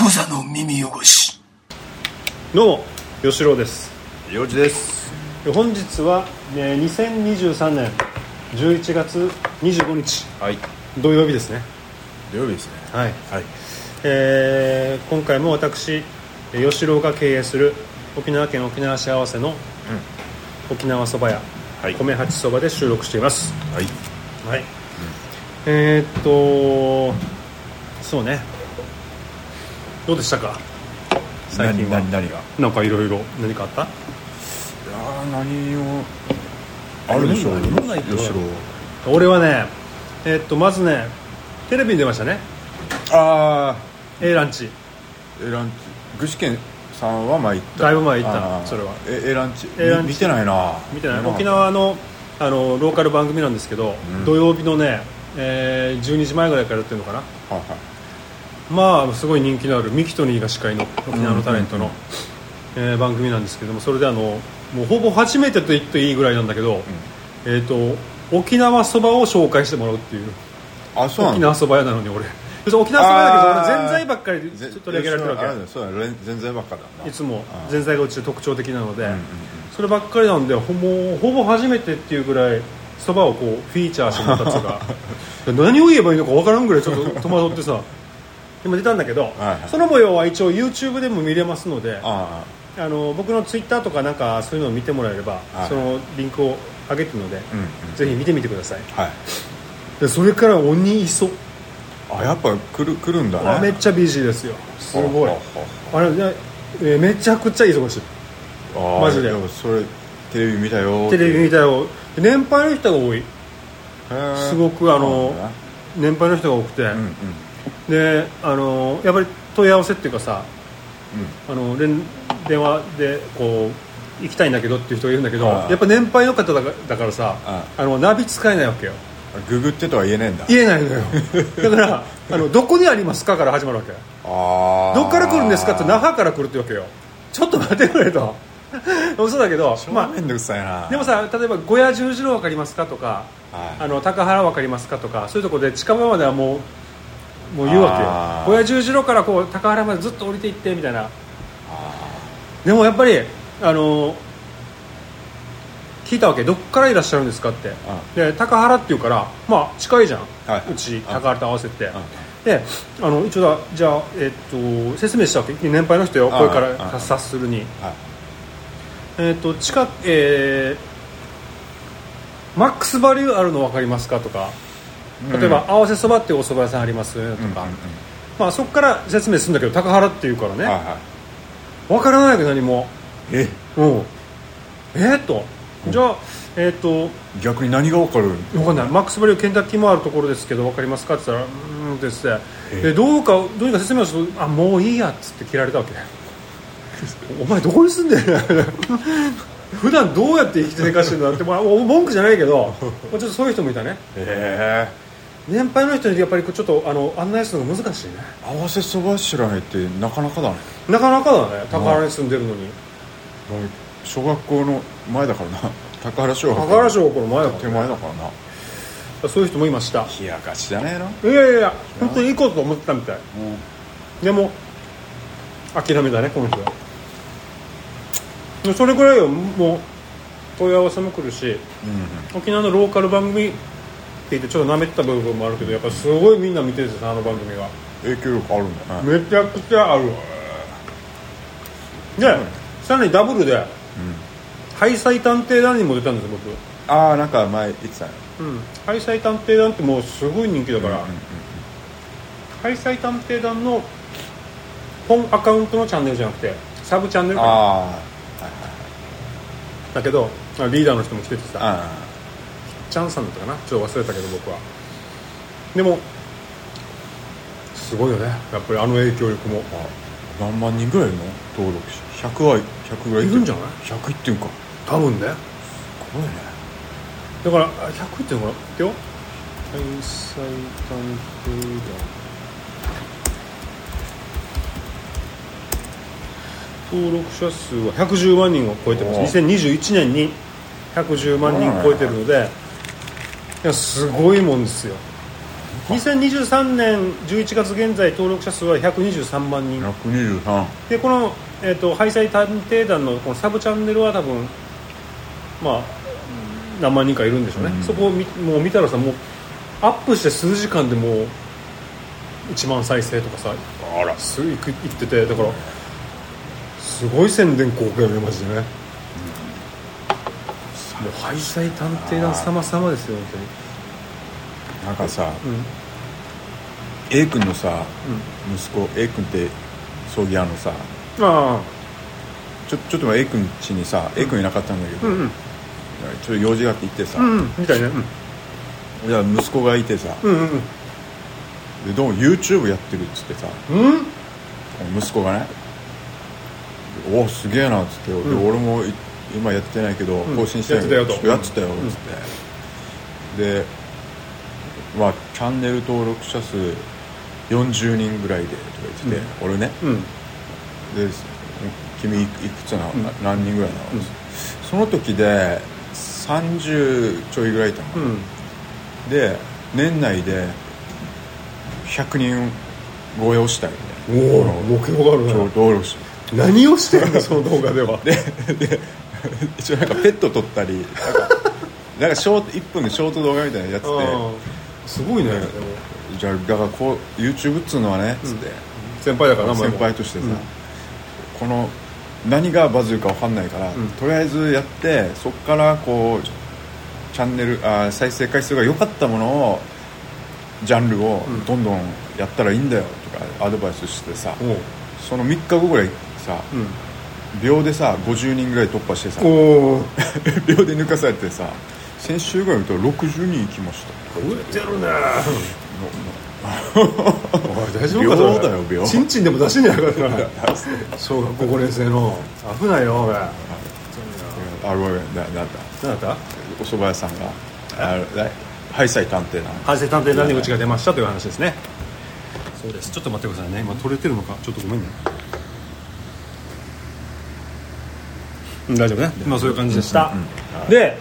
無座の耳汚し。 どうも吉郎です。 陽次です。 本日は、2023年11月25日、 はい、 土曜日ですね。 土曜日ですね。 はい、 はい。 今回も私吉郎が経営する沖縄県沖縄市合わせの沖縄そば屋、 はい、 米八そばで収録しています。 はいはい、そうね、どうでしたか最近は。 何がなんかいろいろ何かあった？ いや何をあるでしょう。吉郎。 俺はね、まずねテレビに出ましたね。 ああ、 Aランチ。 ランチ。具志堅さんは前行った。 だいぶ前行った。それは。 ランチ。見てない。 沖縄のローカル番組なんですけど、土曜日のね、12時前ぐらいからやってるのかな。 はいはい。 まあすごい人気のあるミキトニーが司会の沖縄のタレントの、番組なんですけども、それでもうほぼ初めてと言っていいぐらいなんだけど、沖縄そばを紹介してもらうっていう。 あ、そうなんだ。 沖縄そば屋なのに俺沖縄そばだけど俺ぜんざいばっかり取り上げられてるわけ。 そうだ、ぜんざいばっかだな。 いつもぜんざいがうち特徴的なので、そればっかりなんでほぼ初めてっていうぐらいそばをこうフィーチャーしてもらったやつが何を言えばいいのか分からんぐらいちょっと戸惑ってさ今出たんだけど、その模様は一応 YouTube でも見れますので、僕の Twitter とかなんかそういうのを見てもらえれば、そのリンクを上げてるので、ぜひ見てみてください。でそれから鬼磯、 やっぱ来るんだね。 めっちゃビジーですよ。すごい。あれ、めちゃくちゃ忙しい。マジで。 それテレビ見たよ。 年配の人が多い。すごく年配の人が多くて、でやっぱり問い合わせっていうかさ、電話でこう行きたいんだけどっていう人がいるんだけど、やっぱ年配の方だからさ、ナビ使えないわけよ。 ググってとは言えないんだ。 言えないのよ。だからどこにありますかから始まるわけ。どっから来るんですかって、那覇から来るってわけよ。ちょっと待ってくれとそうだけど、 めんどくさいな。 でもさ、例えば小屋十字路分かりますかとか、高原分かりますかとか、そういうところで近場まではもう言うわけよ。小屋十字路からこう高原までずっと降りていってみたいな。でもやっぱり聞いたわけ。どっからいらっしゃるんですかって。で高原っていうから、まあ近いじゃん、うち高原と合わせて。で一応じゃあ、説明したわけ。年配の人よ、これから察するに、近く、マックスバリューあるの分かりますかとか、例えば合わせそばっていうお蕎麦屋さんありますとか、まあそこから説明するんだけど、高原っていうからね、分からないわけ何も。とじゃあ逆に何が分かる？ 分かんない。マックスバリューケンタッキーもあるところですけど分かりますかって言ったらって言って、どうにか説明をすると、もういいやっつって切られたわけお前どこに住んでる普段どうやって生きて生かしてるんだって、文句じゃないけどちょっとそういう人もいたね。年配の人にやっぱりちょっと案内するのが難しいね。 合わせそば知らないってなかなかだね。 なかなかだね。高原に住んでるのに。 小学校の前だからな。高原小学校の前だから、 手前だからな。 そういう人もいました。 冷やかしじゃねえの。 いや本当に行こうと思ってたみたい。でも諦めたね、この人は。それぐらいよ。もう問い合わせも来るし、沖縄のローカル番組って言ってちょっと舐めてた部分もあるけど、やっぱすごいみんな見てるんですよ、あの番組が。 影響力あるんだね。 めちゃくちゃあるわ。で、さらにダブルで、ハイサイ探偵団にも出たんですよ、僕。 なんか前言ってたよ。 ハイサイ探偵団ってもうすごい人気だから、ハイサイ探偵団の本アカウントのチャンネルじゃなくてサブチャンネルかな。だけどリーダーの人も来ててさ、チャンさんだったかな、ちょっと忘れたけど僕は。でもすごいよね、やっぱり影響力も。 何万人ぐらいいるの登録者。100ぐらいいるんじゃない？ 100 いってんか多分ね。 すごいね。 だから100いってんのかな。ってよ、天才探偵団登録者数は110万人を超えてます。2021年に110万人超えてるので、いやすごいもんですよ。 2023年11月現在登録者数は123万人 123 で、この、ハイサイ探偵団のこのサブチャンネルは多分まあ何万人かいるんでしょうね、そこをもう見たらさ、もうアップして数時間でもう1万再生とかさ、あらすぐいってて、だからすごい宣伝効果よねマジでね、もうハイサイ探偵団様々ですよ本当に。 なんかさ、A 君のさ、息子 A 君って葬儀屋のさ、ちょっと A 君家にさ、A 君いなかったんだけど、ちょっと用事があって行ってさ、 みたいね、 いや息子がいてさ、でどうも YouTube やってるっつってさ、息子がね、おすげえなっつって、で俺も今やってないけど更新してやってたよと、 やってたよっつって、でまあチャンネル登録者数40人ぐらいでとか言ってて、俺ね、で君いくつなの、何人ぐらいなの、その時で30ちょいぐらいいたの、で年内で100人超えをしたいみたいな、 おお目標があるね。 登録して何をしてるんだその動画では。 で一応なんかペット撮ったりなんか1分でショート動画みたいなやつですごいね、 じゃあだからこう YouTube っつうのはねつって、 先輩だから先輩としてさ、この何がバズるか分かんないから、とりあえずやって、そっからこうチャンネル再生回数が良かったものをジャンルをどんどんやったらいいんだよとかアドバイスしてさ、その3日後ぐらいさ、秒でさ50人ぐらい突破してさ、秒で抜かされてさ、先週ぐらい見たら60人行きました。 売れてるねおい大丈夫か秒だよ秒。 チンチンでも出してんじゃないかな小学校5年生の危ないよ俺。 ごめんなんだったお蕎麦屋さんがハイサイ探偵団、 ハイサイ探偵団にうちが出ましたという話ですね。そうです。ちょっと待ってくださいね、今撮れてるのかちょっとごめんね。大丈夫ね、まあそういう感じでした、で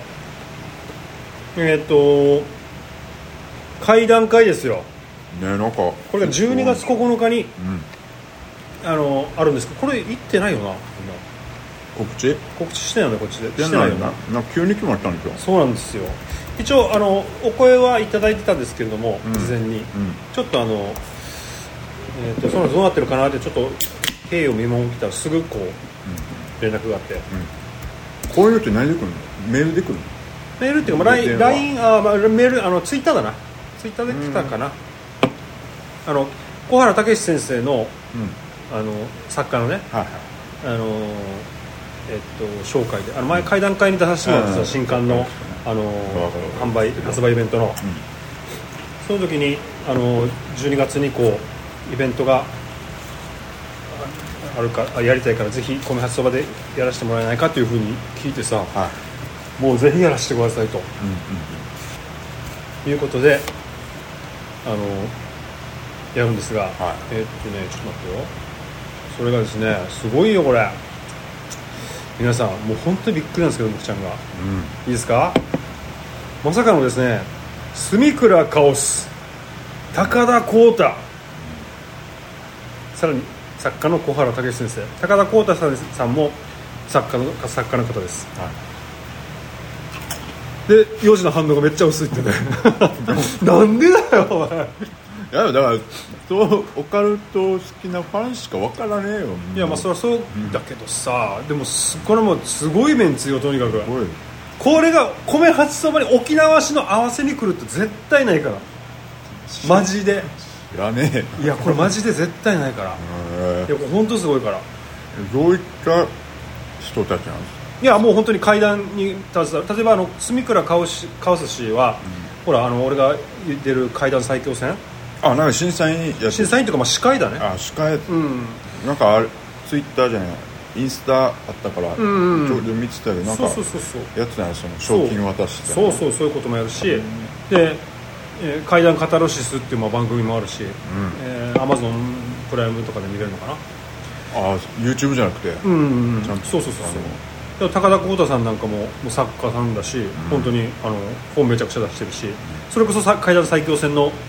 会談会ですよね。なんかこれが12月9日に、あるんですけど、これ行ってないよな。 告知してないよね、こっちでしてないよな。急に決まったんですよ。 そうなんですよ。一応お声はいただいてたんですけれども、事前に、ちょっとそのどうなってるかなってちょっと経緯を見守ってたらすぐこう、連絡があって、 こういうのって何で来るの？メールで来るの？ メールっていうか、LINE、メール、ツイッターだな、ツイッターで来たかな。小原武史先生の、作家のね、紹介で前会談会に出させてもらってた新刊の、発売イベントの、その時に12月にこうイベントがあるかやりたいからぜひ米発そばでやらせてもらえないかというふうに聞いてさ、もうぜひやらせてくださいと、いうことでやるんですが、ちょっと待ってよ、それがですね、すごいよこれ。皆さんもう本当にびっくりなんですけど、僕ちゃんが、いいですか。まさかのですね、住倉カオス、高田浩太、さらに作家の小原武史先生、高田浩太さんも作家の方です、で4時の反応がめっちゃ薄いってねなんでだよお前。 いやだからそうオカルト好きなファンしか分からねえよ。 いやまあそりゃそうだけどさ、でもこれもすごいメンツよ。とにかくこれが米八そばに沖縄市の合わせに来るって絶対ないから、マジで。 いやねいやこれマジで絶対ないから、いや本当すごいから。 どういった人たちなんですか。 いやもう本当に会談に携わる、例えば住倉カオス氏は、ほら俺が出る会談最強戦、 なんか審査員というか、まあ司会だね。 司会、なんかあれツイッターじゃない、インスタあったから、ちょうど見てたけど、なんかやつない、その賞金渡して、 そういうこともやるし、で怪談カタロシスっていう番組もあるし、Amazon プライムとかで見れるのかな。 YouTube じゃなくて、 ちゃんとそう高田浩太さんなんかも作家さんだし、本当に本めちゃくちゃ出してるし、それこそ怪談最強戦の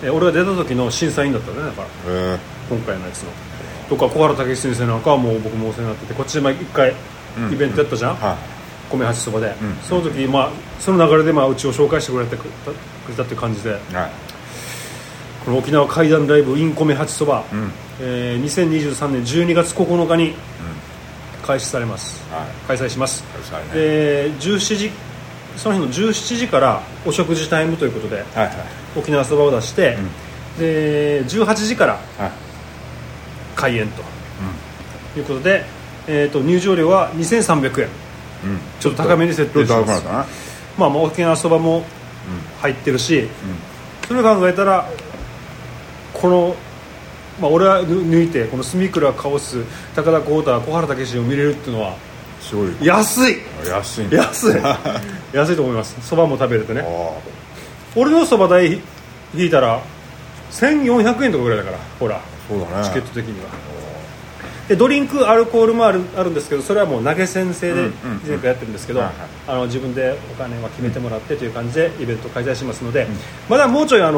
俺が出た時の審査員だったね。だから今回のやつのとか小原武史先生なんかはもう僕もお世話になってて、こっちで1回イベントやったじゃん、米八そばで、その時、その流れでうちを紹介してくれたっていう感じで、この沖縄怪談ライブ in 米八そば、2023年12月9日に開始されます、開催します、17時、その日の17時からお食事タイムということで、沖縄そばを出して、で18時から開演ということで、入場料は2300円、ちょっと高めに設定してます。沖縄そばも入ってるし、それを考えたらこの、俺は抜いてこの住倉カオス、高田浩太、小原武史を見れるっていうのはすごい安い安いと思います。そばも食べれてね。俺のそば代引いたら1400円とかぐらいだから、ほら、 そうだね、 チケット的には。でドリンクアルコールもあるんですけど、それはもう投げ先生で前回やってるんですけど、自分でお金は決めてもらってという感じでイベントを開催しますので、まだもうちょい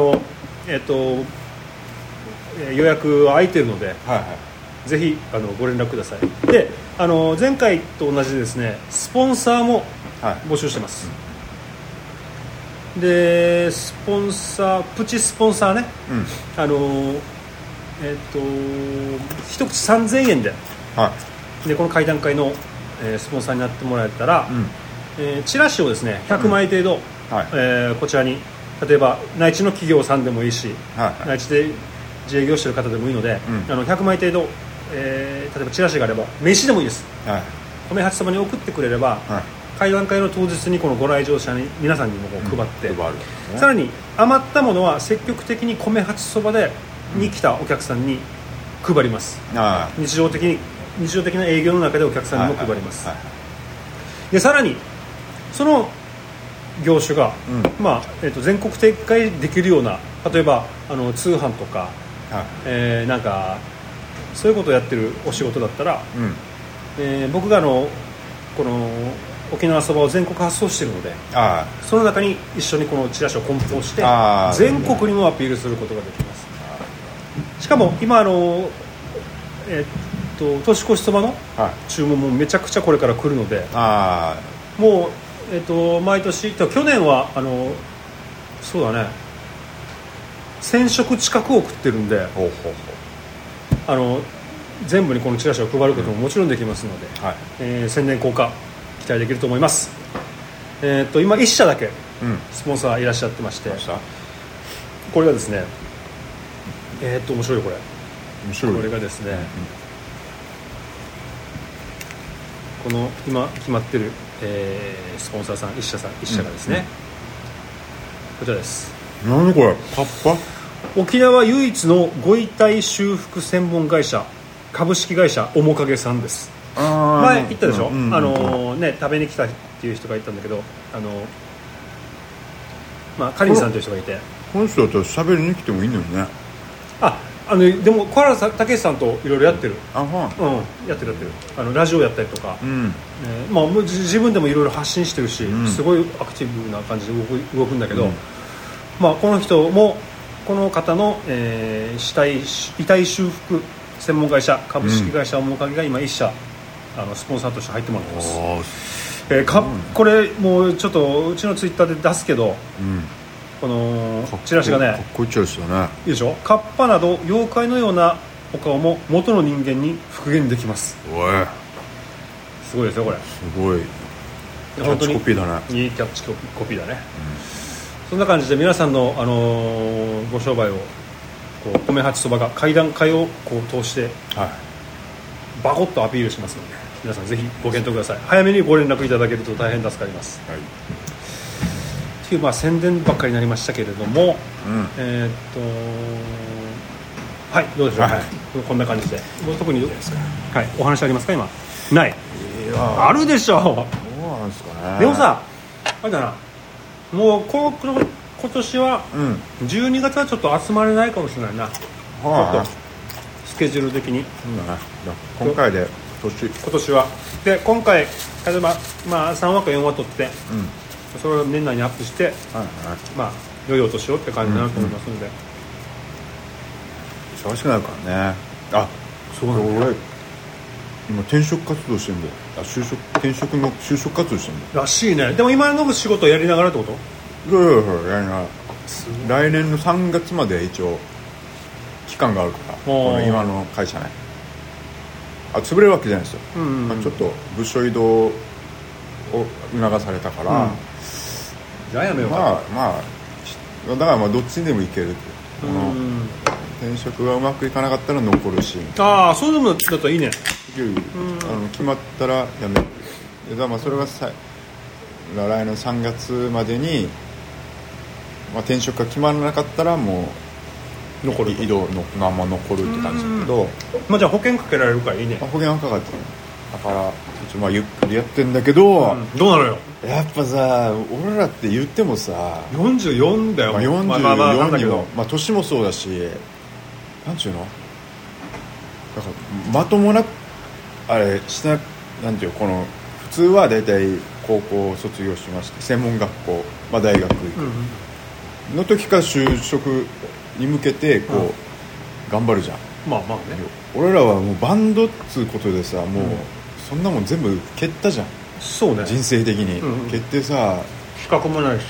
予約は空いてるので、ぜひご連絡ください。で前回と同じでですね、スポンサーも募集してます、でスポンサー、プチスポンサーね、一口3000円で、でこの会談会の、スポンサーになってもらえたら、チラシをですね100枚程度、こちらに、例えば内地の企業さんでもいいし、内地で自営業してる方でもいいので、100枚程度、例えばチラシがあれば名刺でもいいです、米八そばに送ってくれれば、会談会の当日にこのご来場者に皆さんにも配って、さらに余ったものは積極的に米八そばに来たお客さんに配ります。日常的な営業の中でお客さんにも配ります、でさらにその業種が、全国展開できるような、例えば通販とか、なんかそういうことをやってるお仕事だったら、僕がこの沖縄そばを全国発送しているので、その中に一緒にこのチラシを梱包して全国にもアピールすることができます。しかも今年越しそばの注文もめちゃくちゃこれから来るので、もう、毎年、去年はそうだね、1000食近く送ってるんで、全部にこのチラシを配ることももちろんできますので、宣伝効果期待できると思います。今1社だけスポンサーいらっしゃってまして、これがですね、面白いこれがですね、この今決まってる、スポンサーさん1社がですね、こちらです。 何これ、カッパ？ 沖縄唯一のご遺体修復専門会社株式会社面影さんです。前言ったでしょ、食べに来たっていう人がいたんだけど、カリンさんという人がいて、 この人だったら喋りに来てもいいのにね。 でも小原武史さんといろいろやってる、やってるラジオやったりとか、自分でもいろいろ発信してるし、すごいアクティブな感じで動くんだけど、この人もこの方の、遺体修復専門会社株式会社面影が今1社スポンサーとして入ってもらってます。これもうちょっとうちのツイッターで出すけど、このチラシがね、 かっこいいチラシだね。 いいでしょ。カッパなど妖怪のようなお顔も元の人間に復元できます。すごいですよこれ。 すごいキャッチコピーだね。 いいキャッチコピーだね、そんな感じで皆さんの、ご商売を米八そばが会談会を通して、バコッとアピールしますので、皆さんぜひご検討ください。早めにご連絡いただけると大変助かります、っていう宣伝ばっかりになりましたけれども、どうでしょう、こんな感じで特にお話ありますか？今ない。あるでしょ。 そうなんですかね。 でもさ、あれだな、もう今年は12月はちょっと集まれないかもしれないな、ちょっとスケジュール的に。 今回で今年はで、今回例えば3話か4話取って、それを年内にアップして、良いお年をって感じになると思いますので、 忙しくなるからね。あ、 そうなんだ。 俺今転職活動してんだよ。転職の就職活動してんだよ。 らしいね。でも今の仕事をやりながらってこと？ そうやりながら。来年の3月まで一応期間があるから、この今の会社ね。潰れるわけじゃないですよ、ちょっと部署移動を促されたから、 じゃあやめようか。 まあだからどっちにでもいけるって。この転職がうまくいかなかったら残るし、 ああ、そういうのだったらいいね。 決まったらやめる。だからそれが来年3月までに、転職が決まらなかったらもう残る、移動のまま残るって感じだけど、 じゃあ保険かけられるからいいね。 保険はかかってる。だから一応ゆっくりやってんだけど、 どうなのよ。 やっぱさ、俺らって言ってもさ 44だよ。 44にも、年もそうだし、なんちゅうの、だからまともなあれしたなんていう、この普通はだいたい高校を卒業しまして専門学校、大学行く、の時から就職に向けて頑張るじゃん。 まあね。 俺らはもうバンドっつうことでさ、もうそんなもん全部蹴ったじゃん。 そうね。 人生的に、蹴ってさ、 資格もないし、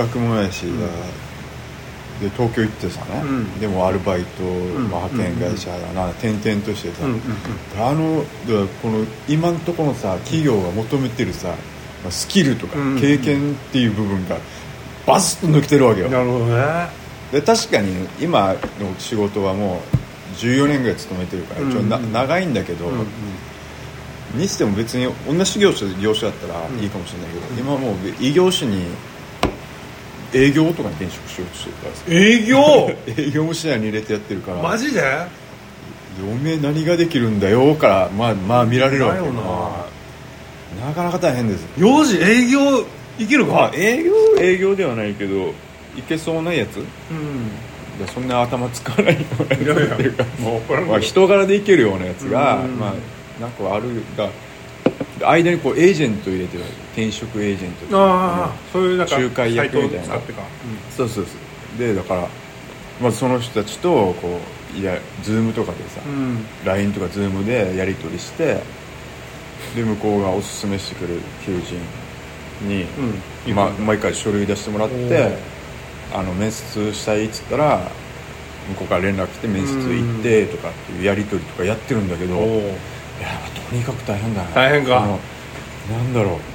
で東京行ってさね、でもアルバイト、派遣会社だな、転々としてさ、この今のところさ、企業が求めてるさ、スキルとか経験っていう部分がバスッと抜けてるわけよ。 なるほどね。 で確かに今の仕事はもう14年ぐらい勤めてるから、ちょっと長いんだけど、にしても別に同じ業種だったらいいかもしれないけど、今もう異業種に営業とかに転職しようとしてるからさ。営業も視野に入れてやってるから。 マジで？ おめえ何ができるんだよから見られるわけよな。なかなか大変です。 幼児営業いけるか？ 営業ではないけどいけそうなやつ、そんな頭使わないようなやつっていうか、もう人柄でいけるようなやつが、なんかあるが間にエージェント入れてるわけ。転職エージェント、 そういうなんか仲介役みたいな。そうでだからその人たちとズームとかでさ、LINE とかズームでやり取りして、で向こうがおすすめしてくれる求人に、毎回書類出してもらって、面接したいっつったら向こうから連絡来て面接行ってとかっていうやり取りとかやってるんだけど、いやとにかく大変だね。 大変か。 なんだろ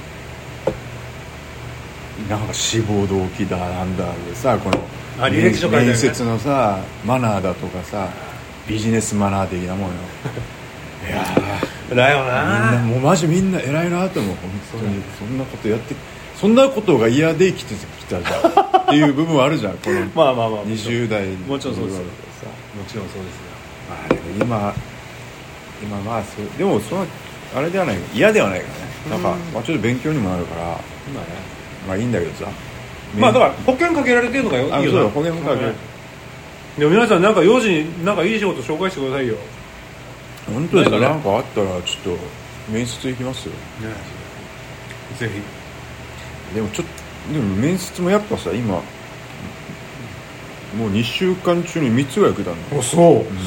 う、なんか志望動機だなんだでさ、この履歴書書いてあるね、 面接のさマナーだとかさ、ビジネスマナー的なもんよ。いやだよな。 もうマジみんな偉いなと思う。本当にそんなことやって、そんなことが嫌で生きてきたじゃんっていう部分はあるじゃん。この20代もちろんそうですよ。もちろんそうですよ。 今でもあれではない、嫌ではないからね。なんかちょっと勉強にもなるからいいんだけどさ。 だから保険かけられてるのがいいよな。 そうだ、保険もかける。 でも皆さんなんか幼児になんかいい仕事紹介してくださいよ。 本当ですか？なんかあったらちょっと面接行きますよ。 ぜひ。 でも面接もやっぱさ、今もう2週間中に3つぐらい受けたんだよ。 すごい。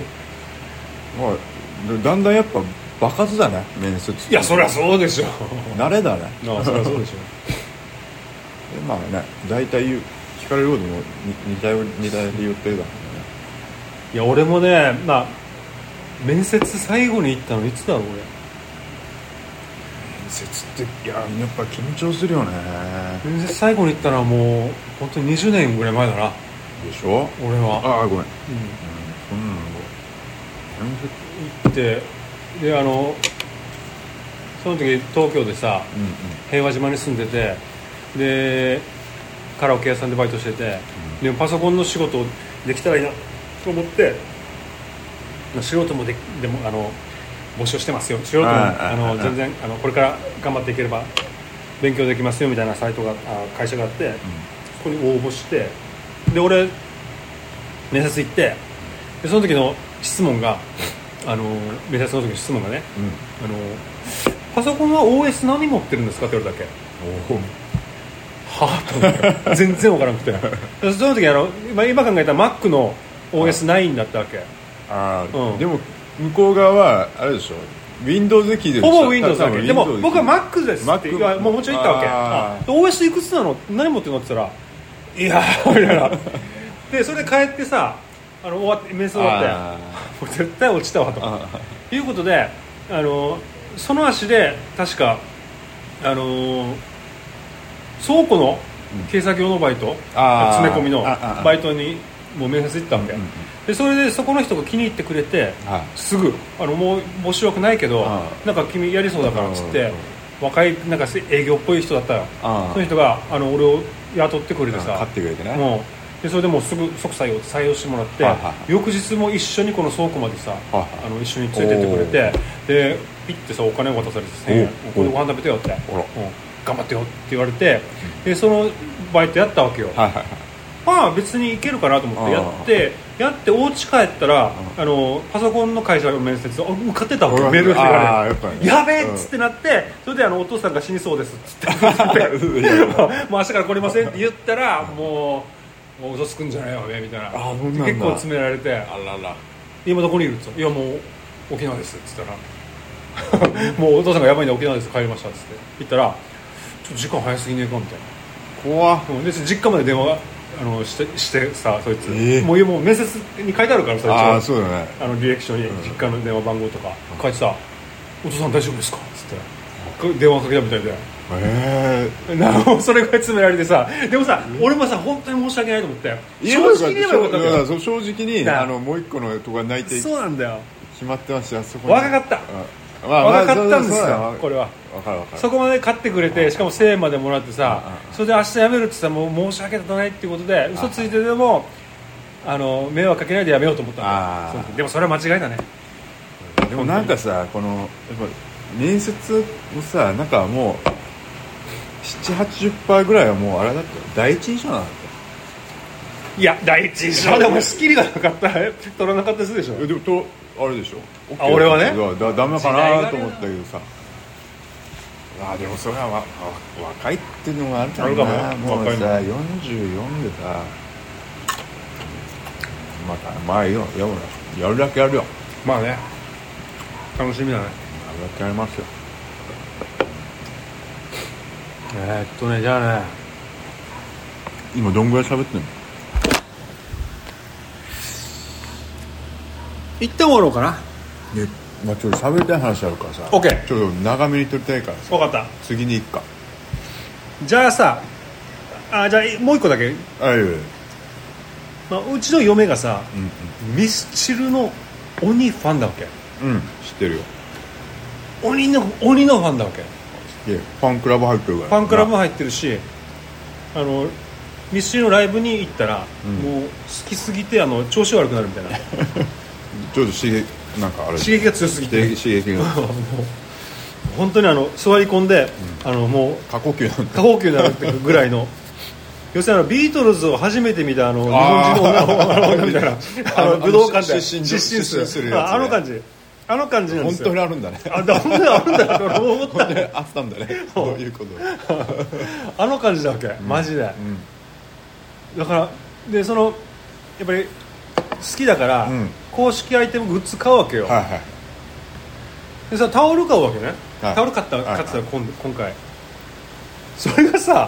だんだんやっぱ場数だね、面接。 いやそりゃそうでしょ。 慣れだね。 そりゃそうでしょ。 大体聞かれることも似たように言ってるだろうね。 いや俺もね、面接最後に行ったのいつだろう。俺面接ってやっぱ緊張するよね。 面接最後に行ったのはもう本当に20年ぐらい前だな。 でしょ。 俺はごめん、そんなの行って、でその時東京でさ、平和島に住んでて、でカラオケ屋さんでバイトしてて、でもパソコンの仕事できたらいいなと思って、素人もでも募集してますよ、素人も全然これから頑張っていければ勉強できますよみたいなサイトが会社があって、そこに応募して、で俺面接行って、でその時の質問が面接の時の質問がね、パソコンは OS 何持ってるんですかって言われたっけ。はぁと思って全然分からなくてその時今考えたら Mac の OS9 だったわけ。 でも向こう側はあれでしょ Windows で聞いてるでしょ。 ほぼ Windows だけでも僕は Mac ですってもうもちろん言ったわけ。OS いくつなの何持ってるのって言ったらいやみたいなでそれで帰ってさ終わって面接終わってもう絶対落ちたわということでその足で確か倉庫の警作業のバイト詰め込みのバイトにもう面接行ったわけ、でそれでそこの人が気に入ってくれて、すぐもう募集枠ないけどなんか君やりそうだからっつって、若いなんか営業っぽい人だったよ。その人が俺を雇ってくれてさ、 買ってくれてね、 でそれでもう即採用してもらって、翌日も一緒にこの倉庫までさ、一緒に連れてってくれて、でピッてさお金を渡されて1000円これでご飯食べてよって、頑張ってよって言われて、でそのバイトやったわけよ。まあ別にいけるかなと思ってやってお家帰ったらパソコンの会社の面接受かってたわけ。メールが来てやべえっつってなって、それでお父さんが死にそうですっつってもう明日から来れませんって言ったらもう嘘つくんじゃないよねみたいな。結構詰められて、今どこにいるっつって、いやもう沖縄ですっつったらもうお父さんがやばいんで沖縄です帰りましたっつって言ったら、ちょっと時間早すぎねえかみたいな。怖っ。で実家まで電話してさ、そいつ、もう面接に書いてあるからさ、 そうだね、 履歴書に実家の電話番号とか書いてさ、お父さん大丈夫ですかっつって電話かけたみたいで、それぐらい詰められてさ、でもさ、俺もさ本当に申し訳ないと思って正直に言えばよかったんだよ。 正直にもう一個のとこが泣いてそうなんだよ、 決まってました。そこに若かった、若かったんですよ。これはそこまで買ってくれて、しかも1000円までもらってさ、それで明日辞めるってさ、もう申し訳ないっていうことで嘘ついてでも迷惑かけないで辞めようと思ったんだ。でもそれは間違いだね。 でもなんかさ、このやっぱ面接もさ、なんかもう 7,80% ぐらいはもうあれだったよ、第一印象なんだって。 いや第一印象でもスキルがなかったら取らなかったですでしょ。 でもあれでしょ、 俺はねダメかなと思ったけどさ、でもそれは若いっていうのもあるからな。もうさ44でさ、まあいいよ、やるだけやるよ。 まあね、楽しみだね。 やるだけやりますよ。 じゃあね、 今どんぐらい喋ってんの？ 一旦終わろうかな。 ちょっと喋りたい話あるからさ、 OK、 ちょっと長めに撮りたいからさ。 分かった、 次に行くか。 じゃあさ、じゃあもう一個だけ。うちの嫁がさ、ミスチルの鬼ファンだわけ。 知ってるよ。 鬼のファンだわけ。 ファンクラブ入ってるから。 ファンクラブも入ってるし、ミスチルのライブに行ったら、もう好きすぎて調子悪くなるみたいなちょっとなんかあれ刺激が強すぎて、 刺激が本当に座り込んで、もう過呼吸になるってぐらいの要するにビートルズを初めて見た日本人の女みたいな武道館で失神するやつ、あの感じなんですよ。 本当にあるんだね。 本当にあるんだよ。思ったね。 あったんだね。どういうことあの感じだわけ、マジで。だからでやっぱり好きだから、公式アイテムグッズ買うわけよ。でさ、タオル買うわけね。タオル買ってたら今回それがさ、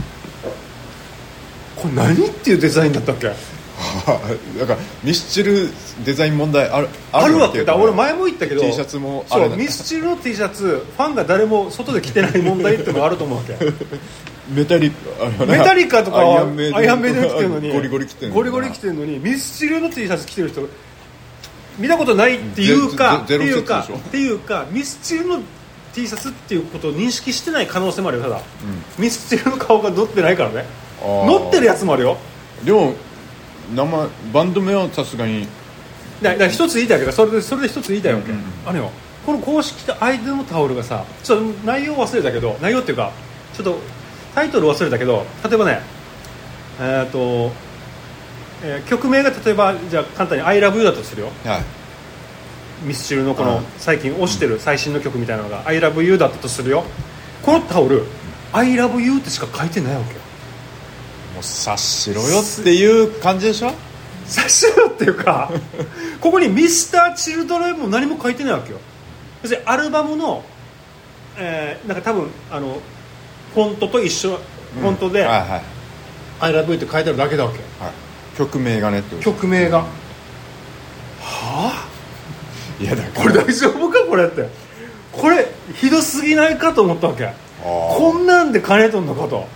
これ何っていうデザインだったっけ？ だからミスチルデザイン問題あるわけだ。俺前も言ったけど T シャツもあれだ、ミスチルの T シャツファンが誰も外で着てない問題っていうのがあると思うわけメタリカとかはアイアンメイデン着てるのにゴリゴリ着てるのにミスチルの T シャツ着てる人見たことないっていうかミスチルの T シャツっていうことを認識してない可能性もあるよ。ただ、ミスチルの顔が載ってないからね。載ってるやつもあるよ。 でもバンド名はさすがにだから一つ言いたいけど、それで一つ言いたいわけ。この公式アイテムのタオルがさ、ちょっと内容忘れたけど、内容っていうかちょっとタイトル忘れたけど、例えばね曲名が例えばじゃあ簡単に I love you だとするよ、ミスチルのこの最近推してる最新の曲みたいなのが I love you だったとするよ。このタオル I love you ってしか書いてないわけよ。 もう察しろよっていう感じでしょ。 差し色っていうかここにミスターチルドレンも何も書いてないわけよ。要するにアルバムの、なんか多分フォントと一緒、フォントで、 はいはい、 I love you って書いてあるだけだわけ、 はい、曲名がねってこと。 曲名がはあ、 いやだからこれ大丈夫かこれって、これひどすぎないかと思ったわけ。こんなんで金取んのかと。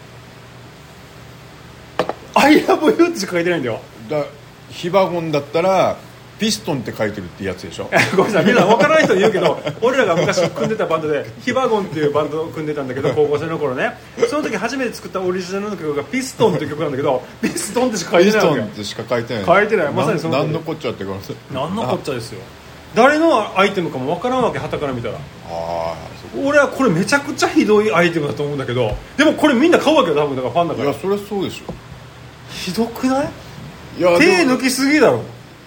I love you ってしか書いてないんだよ。 ヒバゴンだったらピストンって書いてるってやつでしょ。 ごめんなさい、みんな分からない人言うけど俺らが昔組んでたバンドでヒバゴンっていうバンドを組んでたんだけど高校生の頃ね、その時初めて作ったオリジナルの曲がピストンっていう曲なんだけどピストンってしか書いてないわけ。 ピストンってしか書いてない。 書いてない、まさにその何のこっちゃってこと。 何のこっちゃですよ。誰のアイテムかも分からんわけ、旗から見たら。俺はこれめちゃくちゃひどいアイテムだと思うんだけど、でもこれみんな買うわけよ多分、だからファンだから。 いやそりゃそうでしょ。 ひどくない？ いや手抜きすぎだろ。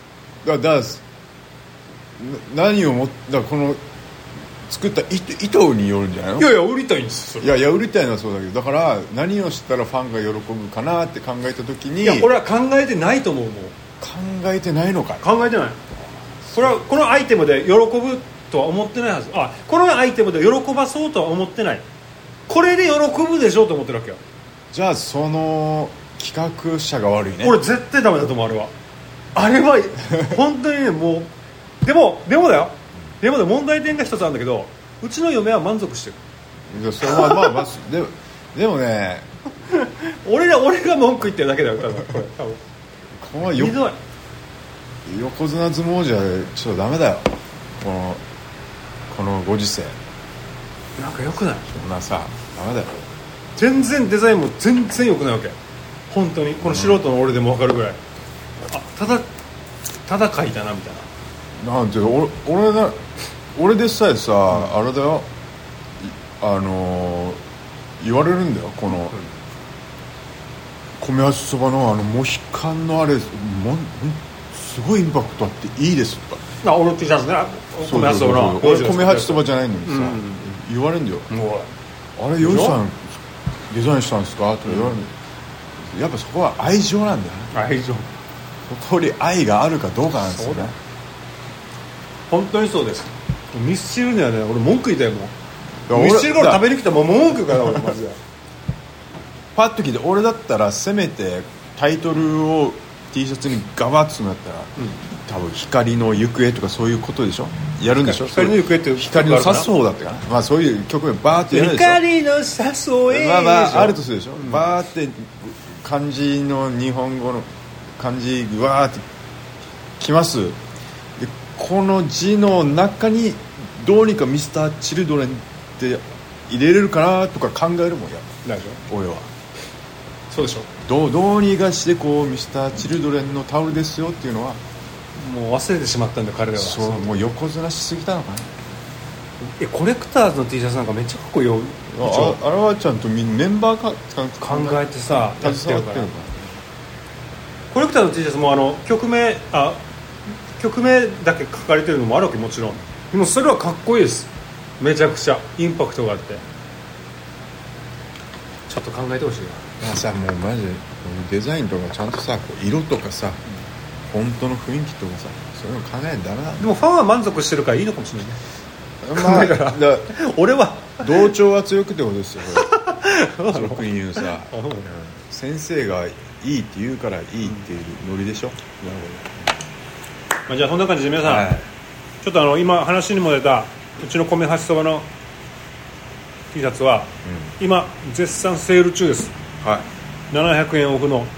何をもだこの作った意図によるんじゃないの。 いやいや売りたいんですよ。 いや売りたいのはそうだけど、だから何をしたらファンが喜ぶかなって考えた時に、 いや俺は考えてないと思う。もう考えてないのか。 考えてない。これはこのアイテムで喜ぶとは思ってないはず。このアイテムで喜ばそうとは思ってない。これで喜ぶでしょうと思ってるわけよ。 じゃあその企画者が悪いね。 俺絶対ダメだと思う。あれは本当にね、もうでもだよ。でも問題点が一つあるんだけど、うちの嫁は満足してる。 いやそれはまあでもね俺が文句言ってるだけだよ多分。 このひどい。 横綱相撲じゃちょっとダメだよ、このご時世。 なんか良くない？ そんなさダメだよ。 全然デザインも全然良くないわけ。本当にこの素人の俺でも分かるぐらい、ただ書いたなみたいな。 なんて俺でさえさ、あれだよ、言われるんだよ、この米八そばのモヒカンのあれすごいインパクトあっていいですとか。 俺 T シャツね、米八そばの米八そばじゃないのにさ、言われるんだよ。あれヨシさんデザインしたんですかって言われる。やっぱそこは愛情なんだよね。 愛情。 そこに愛があるかどうかなんですよね。 本当にそうです。ミスチルにはね俺文句言いたいもん。ミスチルから食べに来たもん文句かよ俺マジで。 パッと聞いて、俺だったらせめてタイトルを T シャツにガバッとするんだったら、多分光の行方とかそういうことでしょ。やるんでしょ。 光の行方って光の誘うだったかな、まあそういう曲でバーってやるでしょ。 光の誘い、 まああるとするでしょ、バーって漢字の日本語の漢字わーってきます。でこの字の中にどうにかミスターチルドレンって入れれるかなとか考えるもんや。 ないでしょ。 俺はそうでしょ。 どうにかしてこうミスターチルドレンのタオルですよっていうのはもう忘れてしまったんだ彼らは。 そう、もう横綱しすぎたのかな。 コレクターズの T シャツなんかめっちゃかっこいいよ。 あれはちゃんとメンバーが考えてさやってるから。 携わってるのか。 コレクターの T シャツも曲名だけ書かれてるのもあるわけ、もちろん。でもそれはかっこいいです。めちゃくちゃインパクトがあって。ちょっと考えてほしいな。 さもうマジでデザインとかちゃんとさこう色とかさ本当の雰囲気とかさそういうの考えんだな。 でもファンは満足してるからいいのかもしれないね。 まあ、 だから俺は同調は強くってことですよ。俗に言うさ先生がいいって言うからいいっていうノリでしょ。なるほど。じゃあそんな感じで皆さん、 はい、 ちょっと今話にも出たうちの米八そばの T シャツは、今絶賛セール中です。 はい、 700円オフのもう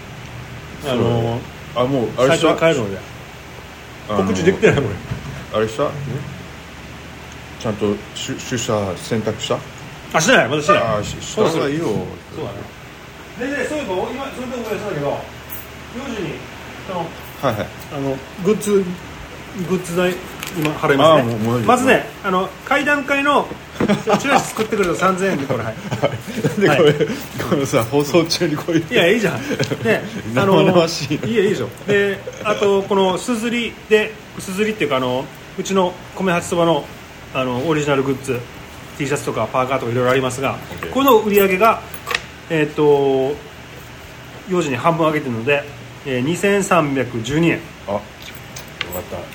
あれ最初に買えるので告知できてないこれ。 あれしたちゃんと出社選択した。 してないまだしてない。 した方がいいよ。 そうだね。でそういえば今それで思い出したんだけど4時にはいはい、 グッズ代今払いますね。まずね階段階のチラシ作ってくれた3000円でこれ。はいでこれ、このさ放送中にこういういやいいじゃん。で生々しい。 いいでしょ。であとこのすずりっていうかうちの米八そばのオリジナルグッズ T シャツとかパーカーとかいろいろありますが、この売り上げが4時に半分上げてるので 2312円。 あ、よかった、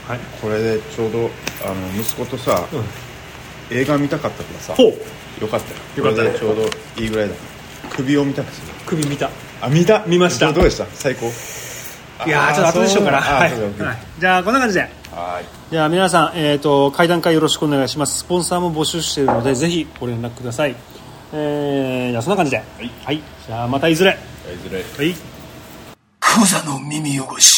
はい、 これでちょうど息子とさ、映画見たかったからさ、 ほう、 よかったよかったね。 これでちょうどいいぐらいだ。首を見たくする。 首見た。 見ました。 どうでした？最高。 いやちょっと後でしようかな。はい、じゃあこんな感じで。 はい。 じゃあ皆さん、会談会よろしくお願いします。スポンサーも募集しているのでぜひご連絡ください。じゃあそんな感じで、はい、じゃあまたいずれ。 いずれ。 はい。クザの耳汚し。